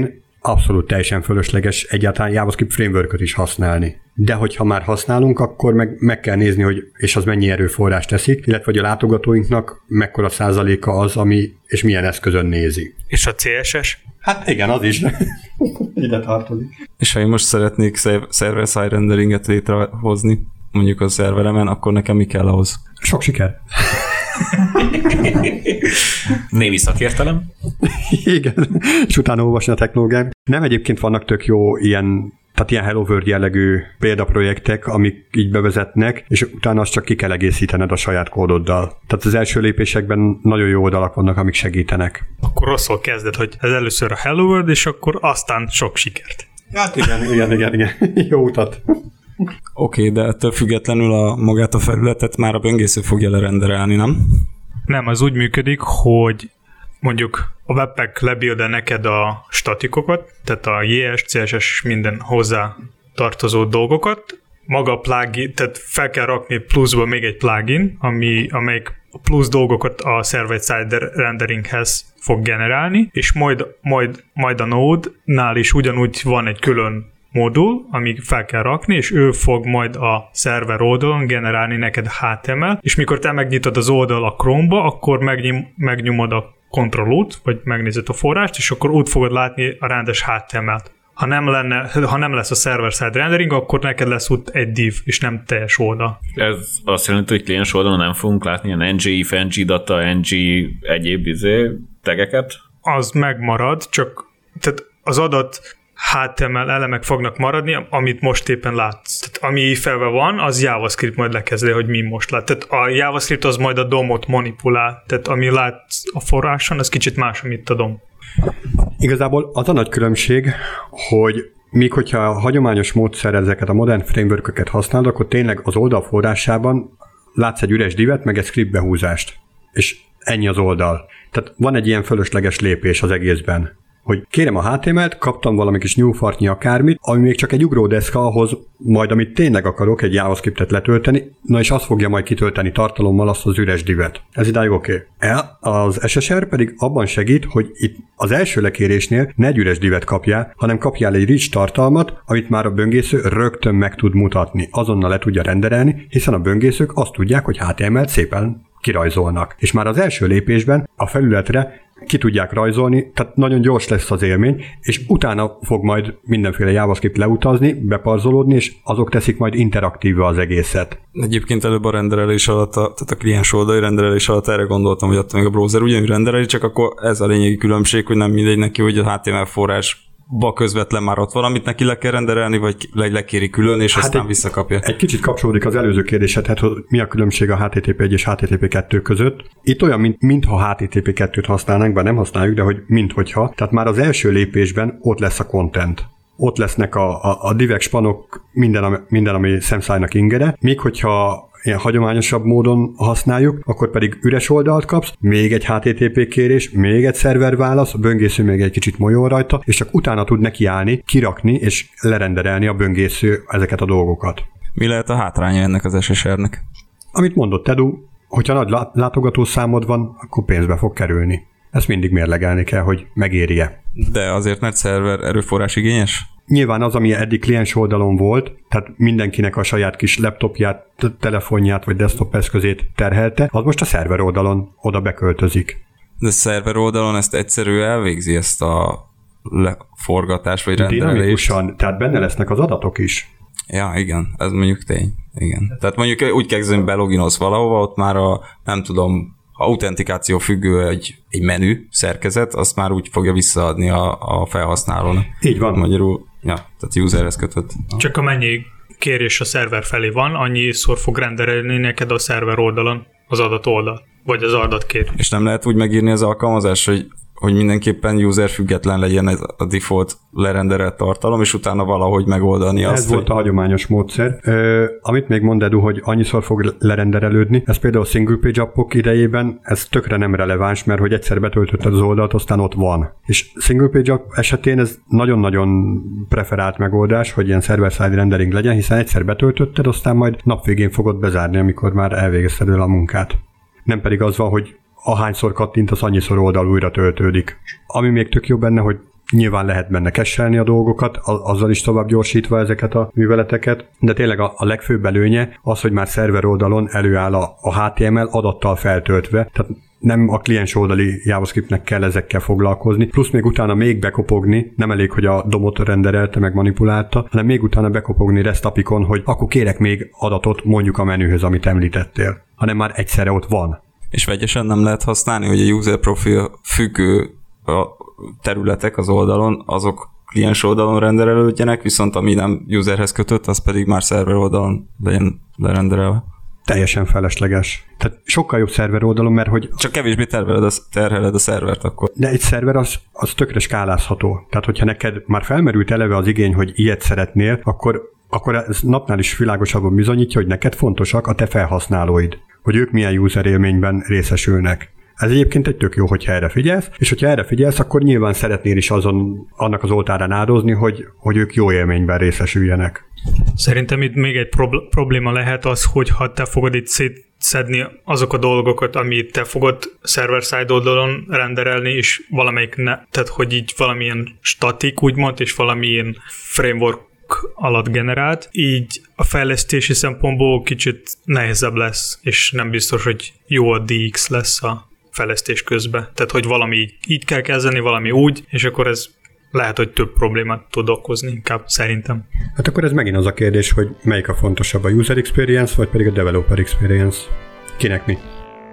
abszolút teljesen fölösleges egyáltalán JavaScript frameworköt is használni. De hogyha már használunk, akkor meg, meg kell nézni, hogy és az mennyi erőforrást teszik, illetve hogy a látogatóinknak mekkora százaléka az, ami és milyen eszközön nézi. És a cé es es? Hát igen, az is. Ide tartozik. És ha én most szeretnék server-side renderinget létrehozni, mondjuk a szerveremen, akkor nekem mi kell ahhoz? Sok siker. Némi szakértelem. Igen, és utána olvasni a technológiát. Nem, egyébként vannak tök jó ilyen, tehát ilyen Hello World jellegű példaprojektek, amik így bevezetnek, és utána azt csak ki kell egészítened a saját kódoddal. Tehát az első lépésekben nagyon jó oldalak vannak, amik segítenek. Akkor rosszul kezded, hogy ez először a Hello World, és akkor aztán sok sikert. Hát igen, igen, igen, igen. Jó utat. Oké, okay, de ettől függetlenül a magát a felületet már a böngésző fogja lerenderelni, nem? Nem, az úgy működik, hogy mondjuk a Webpack lebuilde neked a statikokat, tehát a jé es, cé es es, minden hozzá tartozó dolgokat. Maga a plugin, tehát fel kell rakni pluszba még egy plugin, ami, amelyik a plusz dolgokat a server-side renderinghez fog generálni, és majd, majd, majd a Node-nál is ugyanúgy van egy külön modul, amíg fel kell rakni, és ő fog majd a szerver oldalon generálni neked há té em el, és mikor te megnyitod az oldal a Chrome-ba, akkor megnyom, megnyomod a Ctrl-út, vagy megnézed a forrást, és akkor úgy fogod látni a rendes há té em el-t. Ha nem, lenne, ha nem lesz a server-side rendering, akkor neked lesz ott egy div, és nem teljes oldal. Ez azt jelenti, hogy kliens oldalon nem fogunk látni ilyen ng-if, ng-data, ng egyéb izé, tegeket? Az megmarad, csak tehát az adat há té em el elemek fognak maradni, amit most éppen látsz. Tehát ami felve van, az JavaScript majd lekezdi, hogy mi most lát. Tehát a JavaScript az majd a domot manipulál. Tehát ami látsz a forráson, az kicsit más, mint a dom. Igazából az a nagy különbség, hogy míg hogyha a hagyományos módszer ezeket a modern frameworköket használod, akkor tényleg az oldal forrásában látsz egy üres divet, meg egy script behúzást. És ennyi az oldal. Tehát van egy ilyen fölösleges lépés az egészben, hogy kérem a há té em el-t, kaptam valami kis nyúlfartnyi akármit, ami még csak egy ugródeszka ahhoz, majd amit tényleg akarok, egy JavaScriptet letölteni, na és az fogja majd kitölteni tartalommal azt az üres divet. Ez idáig oké. Okay. Az es es er pedig abban segít, hogy itt az első lekérésnél ne egy üres divet kapjál, hanem kapjál egy rich tartalmat, amit már a böngésző rögtön meg tud mutatni. Azonnal le tudja renderelni, hiszen a böngészők azt tudják, hogy há té em el-t szépen kirajzolnak. És már az első lépésben a felületre ki tudják rajzolni, tehát nagyon gyors lesz az élmény, és utána fog majd mindenféle JavaScript leutazni, beparzolódni, és azok teszik majd interaktívva az egészet. Egyébként előbb a renderelés alatt, a, tehát a kliens oldali renderelés alatt erre gondoltam, hogy attól még a browser ugyanúgy rendereli, csak akkor ez a lényegi különbség, hogy nem mindegy neki, hogy a há té em el forrás ba közvetlen már ott van, amit neki le kell renderelni, vagy lekéri külön, és hát aztán egy, visszakapja. Egy kicsit kapcsolódik az előző kérdésedhez, hogy mi a különbség a há té té pé egy és há té té pé kettő között. Itt olyan, mint, mintha há té té pé kettőt használnánk, bár nem használjuk, de hogy minthogyha. Tehát már az első lépésben ott lesz a content. Ott lesznek a, a, a divek, spanok, minden, minden, ami szemszájnak ingere. Még hogyha ilyen hagyományosabb módon használjuk, akkor pedig üres oldalt kapsz, még egy há té té pé kérés, még egy szerver válasz, a böngésző még egy kicsit molyol rajta, és csak utána tud nekiállni, kirakni és lerenderelni a böngésző ezeket a dolgokat. Mi lehet a hátránya ennek az es es er-nek? Amit mondott Edu, hogyha nagy látogatószámod van, akkor pénzbe fog kerülni. Ezt mindig mérlegelni kell, hogy megérje. De azért, mert szerver erőforrás igényes? Nyilván az, ami eddig kliens oldalon volt, tehát mindenkinek a saját kis laptopját, telefonját vagy desktop eszközét terhelte, az most a szerver oldalon oda beköltözik. De szerver oldalon ezt egyszerű elvégzi, ezt a leforgatást vagy rendelést? Dinamikusan, tehát benne lesznek az adatok is. Ja, igen, ez mondjuk tény. Igen. Tehát mondjuk úgy kezdeni, hogy beloginolsz valahova, ott már a, nem tudom, autentikáció függő egy, egy menü szerkezet, azt már úgy fogja visszaadni a, a felhasználónak. Így van. Magyarul, ja, tehát userhez kötött. Csak amennyi kérés a szerver felé van, annyiszor fog renderelni neked a szerver oldalon az adat oldal, vagy az adatkérés. És nem lehet úgy megírni az alkalmazás, hogy hogy mindenképpen user független legyen ez a default lerenderelt tartalom, és utána valahogy megoldani ez azt. Ez volt hogy... a hagyományos módszer. Ö, amit még mond Edu, hogy annyiszor fog lerenderelődni, ez például a single page appok idejében, ez tökre nem releváns, mert hogy egyszer betöltötted az oldalt, aztán ott van. És single page app esetén ez nagyon-nagyon preferált megoldás, hogy ilyen server-side rendering legyen, hiszen egyszer betöltötted, aztán majd napvégén fogod bezárni, amikor már elvégezted el a munkát. Nem pedig az van, hogy ahányszor kattintasz, annyiszor oldal újra töltődik. Ami még tök jó benne, hogy Nyilván lehet benne cache-elni a dolgokat, azzal is tovább gyorsítva ezeket a műveleteket, de tényleg a, a legfőbb előnye az, hogy már szerver oldalon előáll a, a há té em el adattal feltöltve, tehát nem a kliens oldali JavaScriptnek kell ezekkel foglalkozni, plusz még utána még bekopogni, nem elég, hogy a domot renderelte, meg manipulálta, hanem még utána bekopogni REST apikon, hogy akkor kérek még adatot mondjuk a menühöz, amit említettél, hanem már egyszerre ott van. És vegyesen nem lehet használni, hogy a user profil függő a területek az oldalon, azok kliens oldalon renderelődjenek, viszont ami nem userhez kötött, az pedig már szerver oldalon legyen lerenderelve. Teljesen felesleges. Tehát sokkal jobb szerver oldalon, mert hogy... Csak kevésbé terheled a, terheled a szervert akkor. De egy szerver az, az tökre skálázható. Tehát, hogyha neked már felmerült eleve az igény, hogy ilyet szeretnél, akkor, akkor ez napnál is világosabban bizonyítja, hogy neked fontosak a te felhasználóid. Hogy ők milyen user élményben részesülnek. Ez egyébként egy tök jó, hogyha erre figyelsz, és hogyha erre figyelsz, akkor nyilván szeretnél is azon, annak az oltárán áldozni, hogy, hogy ők jó élményben részesüljenek. Szerintem itt még egy probl- probléma lehet az, hogy ha te fogod itt szétszedni azok a dolgokat, amit te fogod server-side oldalon renderelni, és valamelyik ne, tehát hogy így valamilyen statik úgymond, és valamilyen framework alatt generált, így a fejlesztési szempontból kicsit nehezebb lesz, és nem biztos, hogy jó a dé iksz lesz a fejlesztés közben. Tehát, hogy valami így, így kell kezdeni, valami úgy, és akkor ez lehet, hogy több problémát tud okozni, inkább szerintem. Hát akkor ez megint az a kérdés, hogy melyik a fontosabb, a user experience, vagy pedig a developer experience. Kinek mi?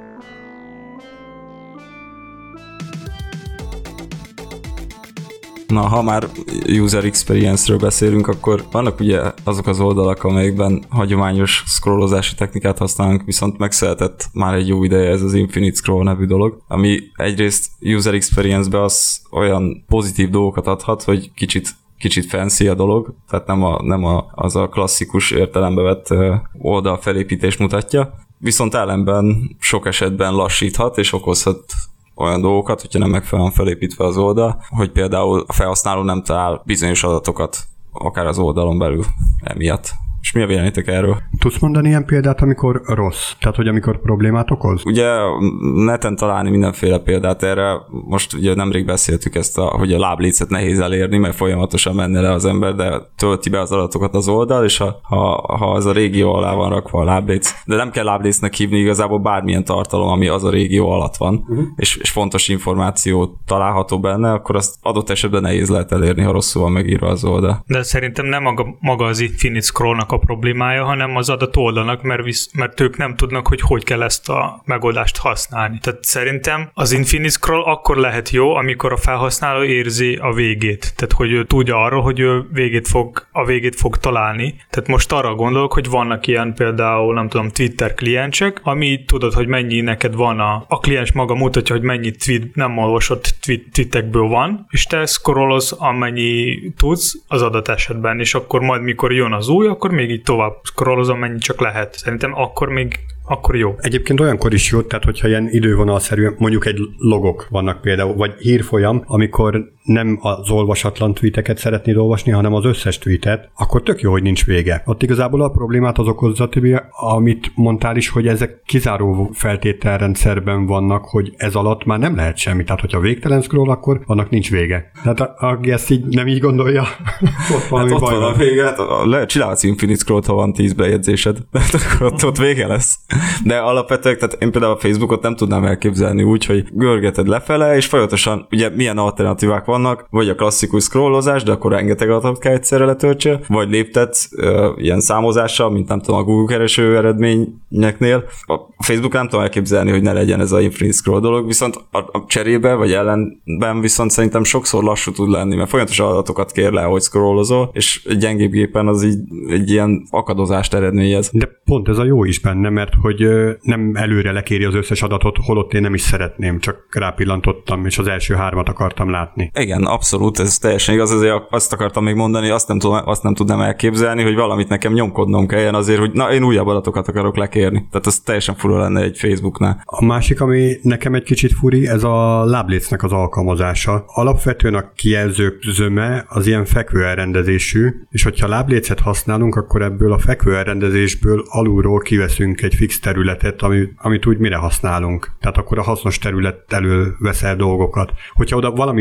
Na, ha már user experience-ről beszélünk, akkor vannak ugye azok az oldalak, amelyekben hagyományos scrollozási technikát használunk, viszont megszületett már egy jó ideje ez az Infinite Scroll nevű dolog, ami egyrészt user experience-be az olyan pozitív dolgokat adhat, hogy kicsit kicsit fancy a dolog, tehát nem, a, nem a, az a klasszikus értelembe vett oldal felépítés mutatja, viszont ellenben sok esetben lassíthat és okozhat olyan dolgokat, hogyha nem megfelelően felépítve az oldal, hogy például a felhasználó nem talál bizonyos adatokat, akár az oldalon belül emiatt. És mi a véleményetek erről? Tudsz mondani ilyen példát, amikor rossz? Tehát, hogy amikor problémát okoz? Ugye neten találni mindenféle példát erre. Most ugye nemrég beszéltük ezt, a, hogy a láblécet nehéz elérni, mert folyamatosan menne le az ember, de tölti be az adatokat az oldal, és ha, ha, ha az a régió alá van rakva a lábléc, de nem kell láblécnek hívni igazából bármilyen tartalom, ami az a régió alatt van, uh-huh. és, és fontos információ található benne, akkor azt adott esetben nehéz lehet elérni, ha rosszul van megírva az oldal. De szerintem nem maga, maga az Infinite Scrollnak a problémája, hanem az adat oldalnak, mert, visz, mert ők nem tudnak, hogy hogy kell ezt a megoldást használni. Tehát szerintem az Infinite Scroll akkor lehet jó, amikor a felhasználó érzi a végét. Tehát, hogy ő tudja arról, hogy ő végét fog, a végét fog találni. Tehát most arra gondolok, hogy vannak ilyen például, nem tudom, Twitter kliensek, ami tudod, hogy mennyi neked van a, a kliens maga mutatja, hogy mennyi tweet, nem olvasott tweet, tweetekből van, és te scrollolsz, amennyi tudsz az adat esetben, és akkor majd mikor jön az új, akkor még így tovább scrollozom, mennyi csak lehet. Szerintem akkor még akkor jó. Egyébként olyankor is jó, tehát hogyha ilyen idővonalszerűen, mondjuk egy logok vannak például, vagy hírfolyam, amikor nem az olvasatlan tweeteket szeretnéd olvasni, hanem az összes tweetet, akkor tök jó, hogy nincs vége. Ott igazából a problémát az okozza, Tibi, amit mondtál is, hogy ezek kizáró feltételrendszerben vannak, hogy ez alatt már nem lehet semmi. Tehát, hogyha végtelen scroll, akkor annak nincs vége. Tehát aki ezt így nem így gondolja, ott van, hát ott van a vége. Hát, lehet csinálsz Infinite Scroll-t, ha van tíz bejegyzésed. akkor ott, ott vége lesz. De alapvetően, tehát én például a Facebookot nem tudnám elképzelni úgy, hogy görgeted lefele, és folyamatosan, ugye milyen alternatívák vannak, vagy a klasszikus scrollozás, de akkor rengeteg adatot kell egyszerre letöltsél, vagy léptetsz uh, ilyen számozással, mint nem tudom a Google kereső eredményeknél. A Facebook nem tudom elképzelni, hogy ne legyen ez a Infinite Scroll dolog, viszont a, a cserébe, vagy ellenben viszont szerintem sokszor lassú tud lenni, mert folyamatosan adatokat kér le, hogy scrollozol, és egy gyengébb gépen az így egy ilyen akadozást eredményez. De pont ez a jó is benne, mert hogy nem előre lekéri az összes adatot, holott én nem is szeretném, csak rápillantottam, és az első hármat akartam látni. Igen, abszolút, ez teljesen igaz, azért azt akartam még mondani, azt nem, tudom, azt nem tudnám elképzelni, hogy valamit nekem nyomkodnom kelljen azért, hogy na, én újabb adatokat akarok lekérni. Tehát az teljesen fura lenne egy Facebooknál. A másik, ami nekem egy kicsit furi, ez a láblécnek az alkalmazása. Alapvetően a kijelzők zöme az ilyen fekvő elrendezésű, és hogyha láblécet használunk, akkor ebből a fekvő elrendezésből alulról kiveszünk egy fix területet, ami, amit úgy mire használunk. Tehát akkor a hasznos terület elől veszel dolgokat. Hogyha oda valami linkeket vagy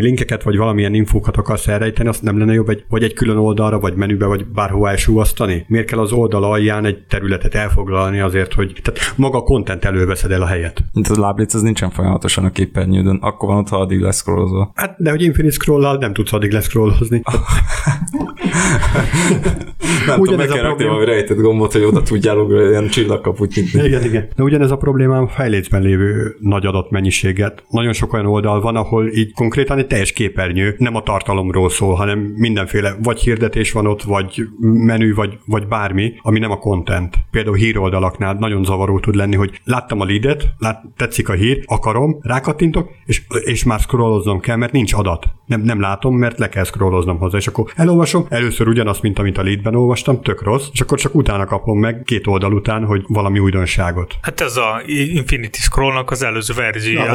vagy valamilyen infókat akarsz elrejteni, azt nem lenne jobb egy, vagy egy külön oldalra, vagy menübe, vagy bárhová elsúvasztani? Miért kell az oldal alján egy területet elfoglalni azért, hogy tehát maga a content előveszed el a helyet? Mint a láblic, az nincsen folyamatosan a képernyőn, akkor van ott, ha addig leszkrollozva. Hát, de hogy infinite scroll-lal nem tudsz addig leszkrollozni. Nem tudom, meg kell rakni valami rejtett gombot, hogy oda tudjál ugrani, ilyen csillagkaput nyitni. Igen, igen. De ugyanez a problémám fejlécben lévő nagy adatmennyiséget. Nagyon sok olyan oldal van, ahol így konkrétan egy teljes képernyő nem a tartalomról szól, hanem mindenféle vagy hirdetés van ott, vagy menü, vagy, vagy bármi, ami nem a content. Például híroldalaknál nagyon zavaró tud lenni, hogy láttam a leadet, lát, tetszik a hír, akarom, rákattintok, és, és már scrolloznom kell, mert nincs adat. Nem, nem látom, mert le kell scrolloznom hozzá, és akkor elolvasom, először ugyanazt, mint amit a leadben olvastam, tök rossz, és akkor csak utána kapom meg két oldal után, hogy valami újdonságot. Hát ez a Infinity Scrollnak az előző verziója.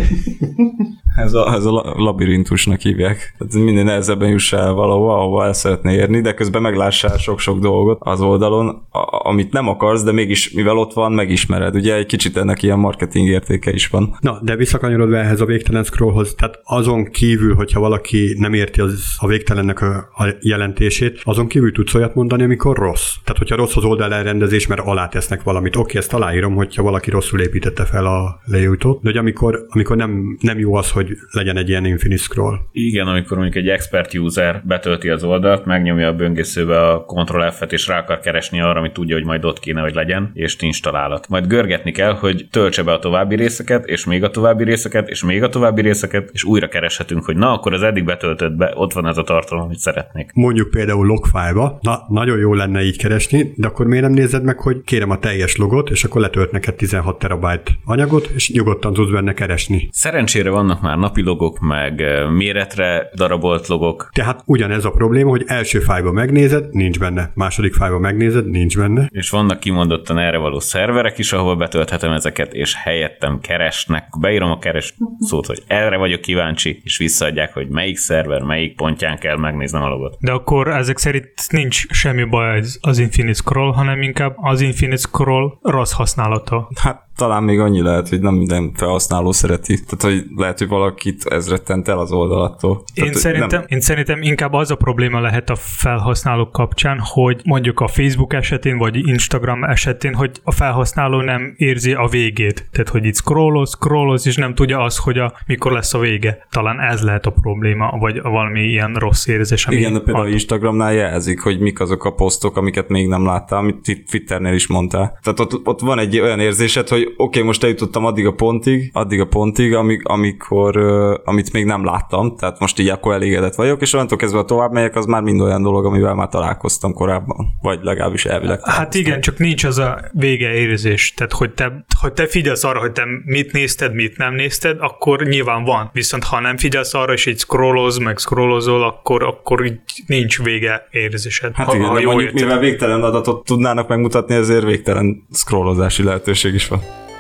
Ez a, ez a labirintusnak hívják. Tehát minden nehezebben juss el valahova, ahova el szeretné érni, de közben meglássál sok-sok dolgot az oldalon, a, amit nem akarsz, de mégis, mivel ott van, megismered. Ugye egy kicsit ennek ilyen marketing értéke is van. Na, de visszakanyarodva ehhez a végtelen scrollhoz, tehát azon kívül, hogyha valaki nem érti az, a végtelennek a, a jelentését, azon kívül tudsz olyat mondani, amikor rossz. Tehát, hogyha rossz az oldal elrendezés, mert alátesznek valamit. Oké, ezt aláírom, hogyha valaki rosszul építette fel a layoutot, de hogy amikor, amikor nem, nem jó az, hogy legyen egy ilyen infinite scroll. Igen, amikor mondjuk egy expert user betölti az oldalt, megnyomja a böngészőbe a control F-et, és rá akar keresni arra, amit tudja, hogy majd ott kéne, hogy legyen, és nincs találat. Majd görgetni kell, hogy töltse be a további részeket, és még a további részeket, és még a további részeket, és újra kereshetünk, hogy na, akkor az eddig betöltött be, ott van ez a tartalom, amit szeretnék. Mondjuk például logfile-ba, na, nagyon jó lenne így keresni, de akkor miért nem nézed meg, hogy kérem a teljes logot, és akkor letölt neked tizenhat terabyte anyagot, és nyugodtan tudsz benne keresni. Szerencsére vannak már napi logok, meg méretre darabolt logok. Tehát ugyanez a probléma, hogy első fájlba megnézed, nincs benne. Második fájlba megnézed, nincs benne. És vannak kimondottan erre való szerverek is, ahol betölthetem ezeket, és helyettem keresnek. Beírom a keres szót, hogy erre vagyok kíváncsi, és visszaadják, hogy melyik szerver, melyik pontján kell megnéznem a logot. De akkor ezek szerint nincs semmi baj az Infinite Scroll, hanem inkább az Infinite Scroll rossz használata. Hát talán még annyi lehet, hogy nem minden felhasználó szereti. Tehát, hogy lehet, hogy valakit ez rettent el az oldalattól. Én, Tehát, szerintem, én szerintem inkább az a probléma lehet a felhasználók kapcsán, hogy mondjuk a Facebook esetén, vagy Instagram esetén, hogy a felhasználó nem érzi a végét. Tehát, hogy itt scrolloz, scrolloz, és nem tudja azt, hogy a, mikor lesz a vége. Talán ez lehet a probléma, vagy valami ilyen rossz érzés. Ami igen, de például Instagramnál jelzik, hogy mik azok a posztok, amiket még nem láttál, amit Twitternél is mondtál. Tehát ott, ott van egy olyan érzésed, hogy oké, okay, most eljutottam addig a pontig, addig a pontig, amik, amikor, uh, amit még nem láttam, tehát most így akkor elégedett vagyok, és onnantól kezdve a tovább megyek, az már mind olyan dolog, amivel már találkoztam korábban, vagy legalábbis elvileg. Hát igen, csak nincs az a vége érzés, tehát hogy te, hogy te figyelsz arra, hogy te mit nézted, mit nem nézted, akkor nyilván van, viszont ha nem figyelsz arra, és így scrolloz, meg scrollozol, akkor, akkor így nincs vége érzésed. Hát ha, igen, ha de mondjuk érted. mivel végtelen adatot tudnának megmutatni, ezért végtelen scrollozási lehetőség is van.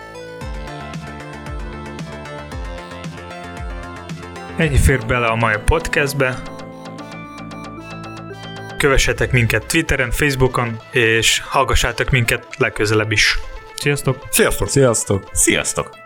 Ennyi fér bele a mai podcastbe. Kövessetek minket Twitteren, Facebookon, és hallgassátok minket legközelebb is. Sziasztok! Sziasztok! Sziasztok! Sziasztok!